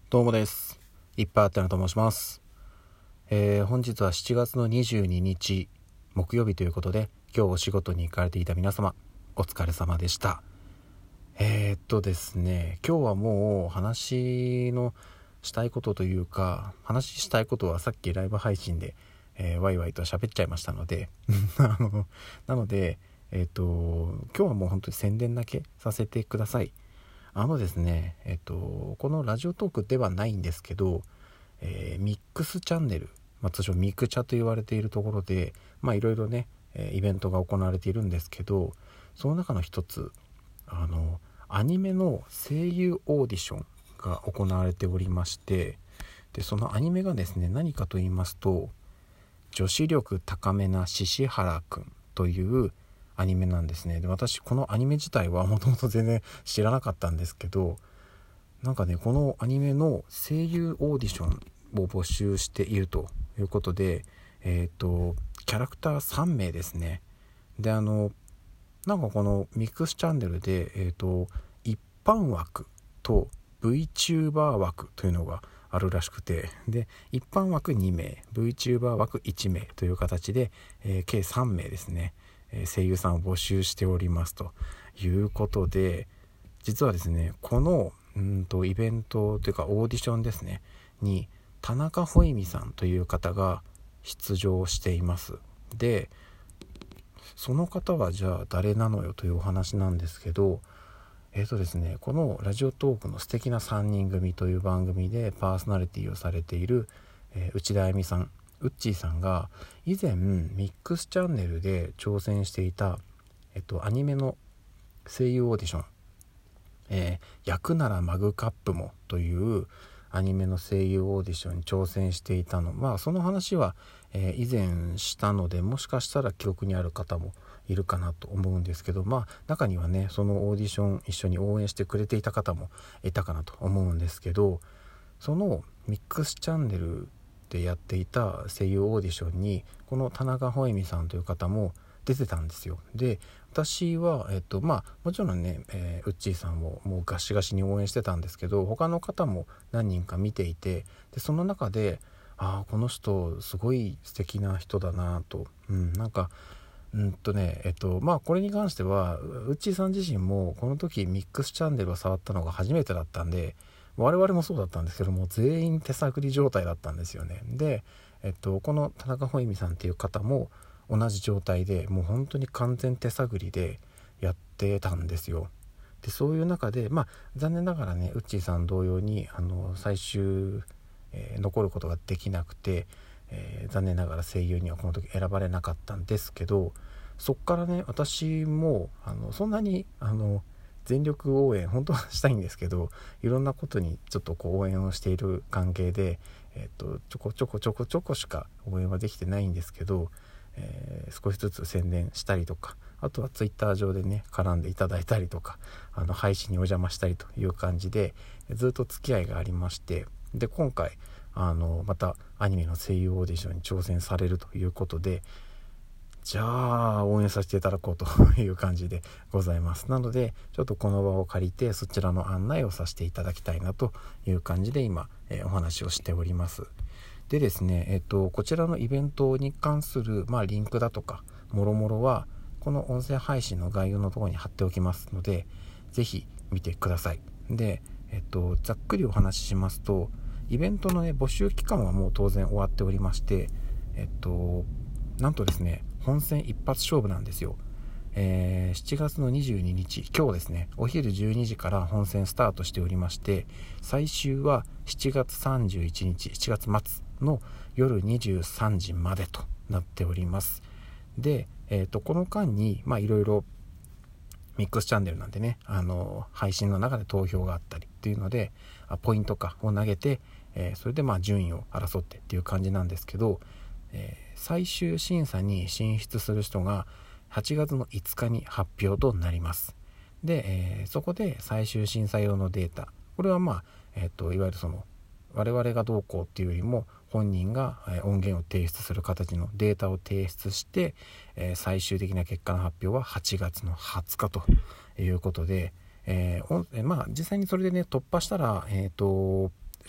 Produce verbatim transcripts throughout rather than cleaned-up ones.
どうもです。いっぱいあったなと申します。えー、本日はしちがつのにじゅうににち木曜日ということで、今日お仕事に行かれていた皆様お疲れ様でした。えー、っとですね今日はもう話のしたいことというか話したいことはさっきライブ配信で、えー、ワイワイと喋っちゃいましたのであのなのでえー、っと今日はもう本当に宣伝だけさせてください。あのですねえっとこのラジオトークではないんですけど、えーミックスチャンネル、まあ、通称ミクチャと言われているところでまあいろいろね、えーイベントが行われているんですけど、その中の一つあのアニメの声優オーディションが行われておりまして、でそのアニメがですね何かと言いますと、女子力高めな獅子原くんというアニメなんですね。で私このアニメ自体はもともと全然知らなかったんですけど、なんかねこのアニメの声優オーディションを募集しているということで、えっとキャラクターさんめいですね。であのなんかこのミックスチャンネルで、えっと一般枠と VTuber 枠というのがあるらしくて、で一般枠にめい VTuber 枠いちめいという形で、えー、計さんめいですね、えー、声優さんを募集しておりますということで、実はですねこのうんとイベントというかオーディションですねに田中穂美さんという方が出場しています。でその方はじゃあ誰なのよというお話なんですけど、えーとですねこのラジオトークの素敵なさんにん組という番組でパーソナリティをされている、えー、内田あゆみさん、ウッチーさんが以前ミックスチャンネルで挑戦していた、えっと、アニメの声優オーディション、えー、焼くならマグカップもというアニメの声優オーディションに挑戦していたの、まあその話は、えー、以前したのでもしかしたら記憶にある方もいるかなと思うんですけど、まあ中にはねそのオーディション一緒に応援してくれていた方もいたかなと思うんですけど、そのミックスチャンネルでやっていた声優オーディションにこの田中穂美さんという方も出てたんですよ。で私は、えっとまあ、もちろんね、えー、ウッチーさんをもうガシガシに応援してたんですけど、他の方も何人か見ていて、でその中でああこの人すごい素敵な人だなと、うん、なんかうんとねえっとまあこれに関してはウッチーさん自身もこの時ミックスチャンネルを触ったのが初めてだったんで、我々もそうだったんですけども全員手探り状態だったんですよね。で、えっと、この田中穂美さんっていう方も同じ状態でもう本当に完全手探りでやってたんですよ。でそういう中でまあ残念ながらねウッチーさん同様にあの最終、えー、残ることができなくて、えー、残念ながら声優にはこの時選ばれなかったんですけど、そっからね私もあのそんなにあの全力応援本当はしたいんですけど、いろんなことにちょっとこう応援をしている関係で、えー、とちょこちょこちょこちょこしか応援はできてないんですけど、えー、少しずつ宣伝したりとか、あとはツイッター上でね絡んでいただいたりとか、あの配信にお邪魔したりという感じでずっと付き合いがありまして、で今回あのまたアニメの声優オーディションに挑戦されるということで、じゃあ応援させていただこうという感じでございます。なのでちょっとこの場を借りてそちらの案内をさせていただきたいなという感じで今、えー、お話をしております。でですね、えっと、こちらのイベントに関する、まあ、リンクだとかもろもろはこの音声配信の概要のところに貼っておきますので、ぜひ見てください。で、えっと、ざっくりお話ししますと、イベントの、ね、募集期間はもう当然終わっておりまして、えっと、なんとですね本戦一発勝負なんですよ。えー、しちがつのにじゅうににち今日ですねお昼じゅうにじから本戦スタートしておりまして、最終はしちがつさんじゅういちにちしちがつまつの夜にじゅうさんじまでとなっております。で、えー、とこの間にまあいろいろミックスチャンネルなんでね、あの配信の中で投票があったりっていうのでポイントかを投げて、えー、それでまあ順位を争ってっていう感じなんですけど、えー、最終審査に進出する人がはちがつのいつかに発表となります。で、えー、そこで最終審査用のデータ、これはまあ、えー、といわゆるその我々がどうこうっていうよりも本人が音源を提出する形のデータを提出して、えー、最終的な結果の発表ははちがつのはつかということで、えーまあ、実際にそれでね突破したら、えーと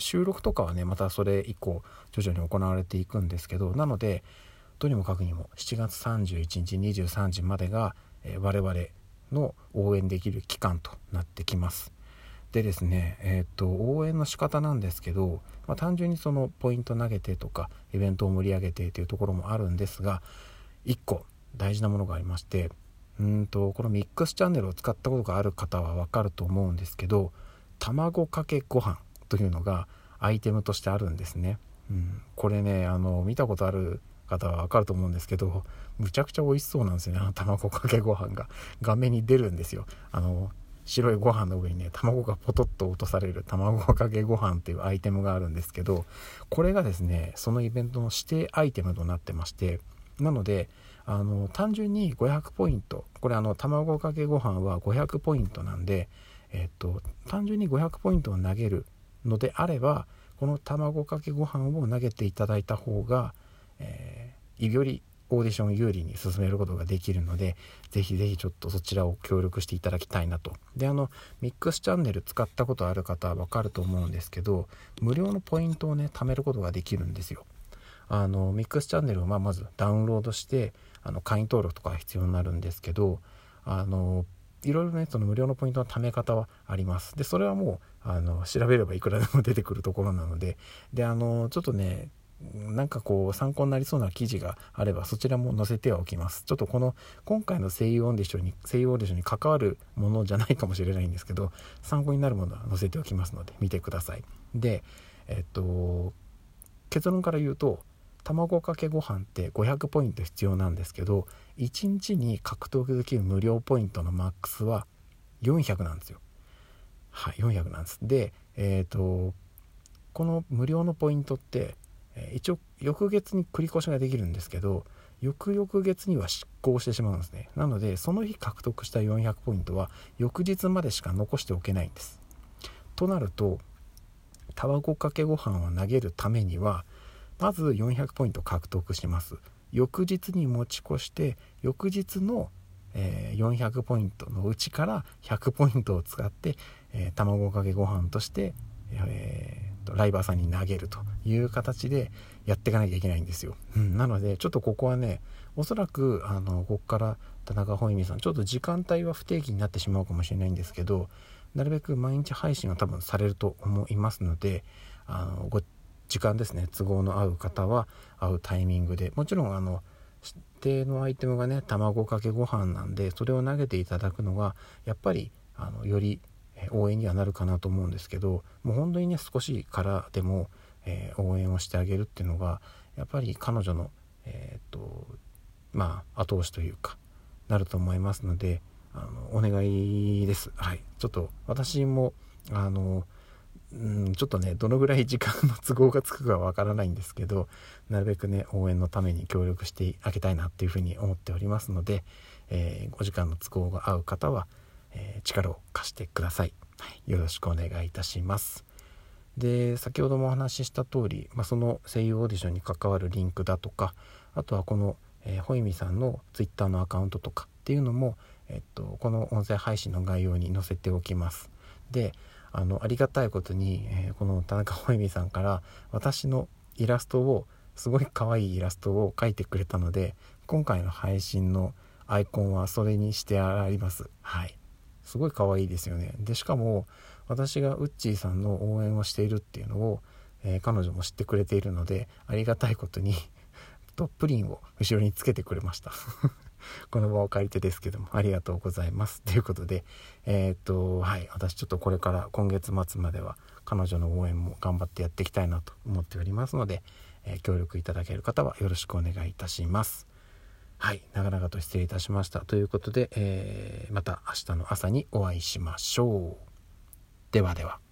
収録とかはねまたそれ以降徐々に行われていくんですけど、なのでとにもかくにもしちがつさんじゅういちにちにじゅうさんじまでが、えー、我々の応援できる期間となってきます。でですね、えー、っと応援の仕方なんですけど、まあ、単純にそのポイント投げてとかイベントを盛り上げてというところもあるんですが、いっこ大事なものがありまして、うーんとこのミックスチャンネルを使ったことがある方は分かると思うんですけど、卵かけご飯というのがアイテムとしてあるんですね。うん、これねあの見たことある方は分かると思うんですけど、むちゃくちゃ美味しそうなんですよね。あの卵かけご飯が画面に出るんですよ。あの白いご飯の上にね卵がポトッと落とされる卵かけご飯っていうアイテムがあるんですけど、これがですねそのイベントの指定アイテムとなってまして、なのであの単純にごひゃくポイント、これあの卵かけご飯はごひゃくポイントなんで、えっと単純にごひゃくポイントを投げるのであれば、この卵かけご飯を投げていただいた方が、えー、よりオーディション有利に進めることができるので、ぜひぜひちょっとそちらを協力していただきたいなと。であのミックスチャンネル使ったことある方は分かると思うんですけど、無料のポイントをね貯めることができるんですよ。あのミックスチャンネルをまあまずダウンロードしてあの会員登録とか必要になるんですけど、あのいろいろねその無料のポイントの貯め方はあります。でそれはもうあの調べればいくらでも出てくるところなので、であのちょっとねなんかこう参考になりそうな記事があればそちらも載せてはおきます。ちょっとこの今回の声優オーディションに声優オーディションに関わるものじゃないかもしれないんですけど、参考になるものは載せておきますので見てください。でえっと結論から言うと、卵かけご飯ってごひゃくポイント必要なんですけど、いちにちに獲得できる無料ポイントのマックスはよんひゃくなんですよ。はい、よんひゃくなんです。でえっとこの無料のポイントって一応翌月に繰り越しができるんですけど、翌々月には失効してしまうんですね。なのでその日獲得したよんひゃくポイントは翌日までしか残しておけないんです。となると卵かけご飯を投げるためにはまずよんひゃくポイント獲得します。翌日に持ち越して翌日の、えー、よんひゃくポイントのうちからひゃくポイントを使って、えー、卵かけご飯として、えーライバーさんに投げるという形でやっていかなきゃいけないんですよ、うん、なのでちょっとここはねおそらくあのここから田中穂美さんちょっと時間帯は不定期になってしまうかもしれないんですけど、なるべく毎日配信は多分されると思いますので、あのご時間ですね都合の合う方は合うタイミングで、もちろんあの指定のアイテムがね卵かけご飯なんで、それを投げていただくのがやっぱりあのより応援にはなるかなと思うんですけど、もう本当にね少しからでも、えー、応援をしてあげるっていうのがやっぱり彼女の、えー、っとまあ後押しというかなると思いますので、あのお願いです。はい、ちょっと私もあのうんちょっとねどのぐらい時間の都合がつくかわからないんですけど、なるべくね応援のために協力してあげたいなっていうふうに思っておりますので、えー、お時間の都合が合う方はえー、力を貸してください、はい、よろしくお願いいたします。で先ほどもお話しした通り、まあ、その声優オーディションに関わるリンクだとか、あとはこの、えー、穂美さんのツイッターのアカウントとかっていうのも、えっと、この音声配信の概要に載せておきます。であのありがたいことに、えー、この田中穂美さんから私のイラストをすごい可愛いイラストを描いてくれたので、今回の配信のアイコンはそれにしてあります。はい、すごい可愛いですよね。でしかも私がウッチーさんの応援をしているっていうのを、えー、彼女も知ってくれているので、ありがたいことにとプリンを後ろにつけてくれましたこの場を借りてですけどもありがとうございますということで、えー、っとはい私ちょっとこれから今月末までは彼女の応援も頑張ってやっていきたいなと思っておりますので、えー、協力いただける方はよろしくお願いいたします。はい、長々と失礼いたしましたということで、えー、また明日の朝にお会いしましょう。ではでは。